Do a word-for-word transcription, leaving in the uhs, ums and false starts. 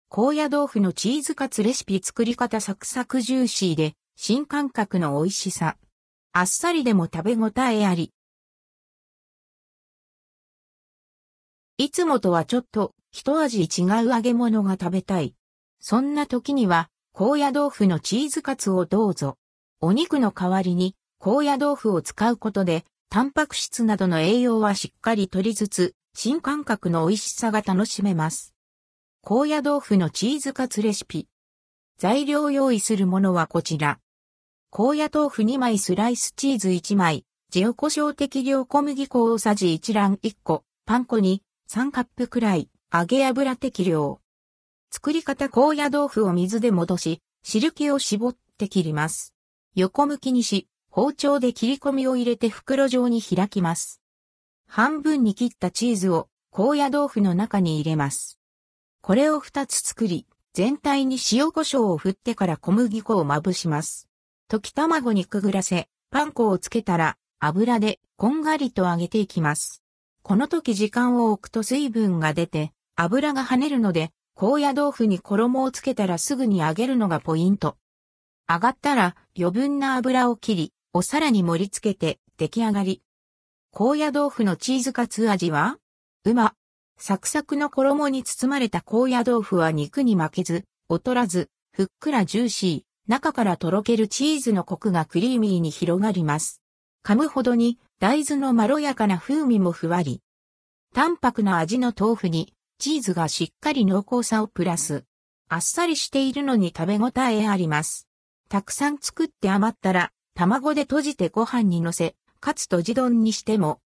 高野豆腐のチーズカツレシピ作り方サクサクジューシーで新感覚の美味しさ。あっさりでも食べ応えあり。いつもとはちょっと一味違う揚げ物が食べたい。そんな時には高野豆腐のチーズカツをどうぞ。お肉の代わりに高野豆腐を使うことでタンパク質などの栄養はしっかり取りつつ新感覚の美味しさが楽しめます。高野豆腐のチーズカツレシピ。材料用意するものはこちら。高野豆腐にまいスライスチーズいちまい、塩コショウ適量小麦粉大さじいち卵いっこ、パン粉にさんカップくらい、揚げ油適量。作り方高野豆腐を水で戻し、汁気を絞って切ります。横向きにし、包丁で切り込みを入れて袋状に開きます。半分に切ったチーズを高野豆腐の中に入れます。これをふたつ作り、全体に塩コショウを振ってから小麦粉をまぶします。溶き卵にくぐらせ、パン粉をつけたら油でこんがりと揚げていきます。この時時間を置くと水分が出て油が跳ねるので、高野豆腐に衣をつけたらすぐに揚げるのがポイント。揚がったら余分な油を切り、お皿に盛り付けて出来上がり。高野豆腐のチーズカツ味はうま。サクサクの衣に包まれた高野豆腐は肉に負けず、劣らず、ふっくらジューシー、中からとろけるチーズのコクがクリーミーに広がります。噛むほどに大豆のまろやかな風味もふわり。淡白な味の豆腐にチーズがしっかり濃厚さをプラス。あっさりしているのに食べ応えあります。たくさん作って余ったら卵で閉じてご飯に乗せ、カツとじ丼にしても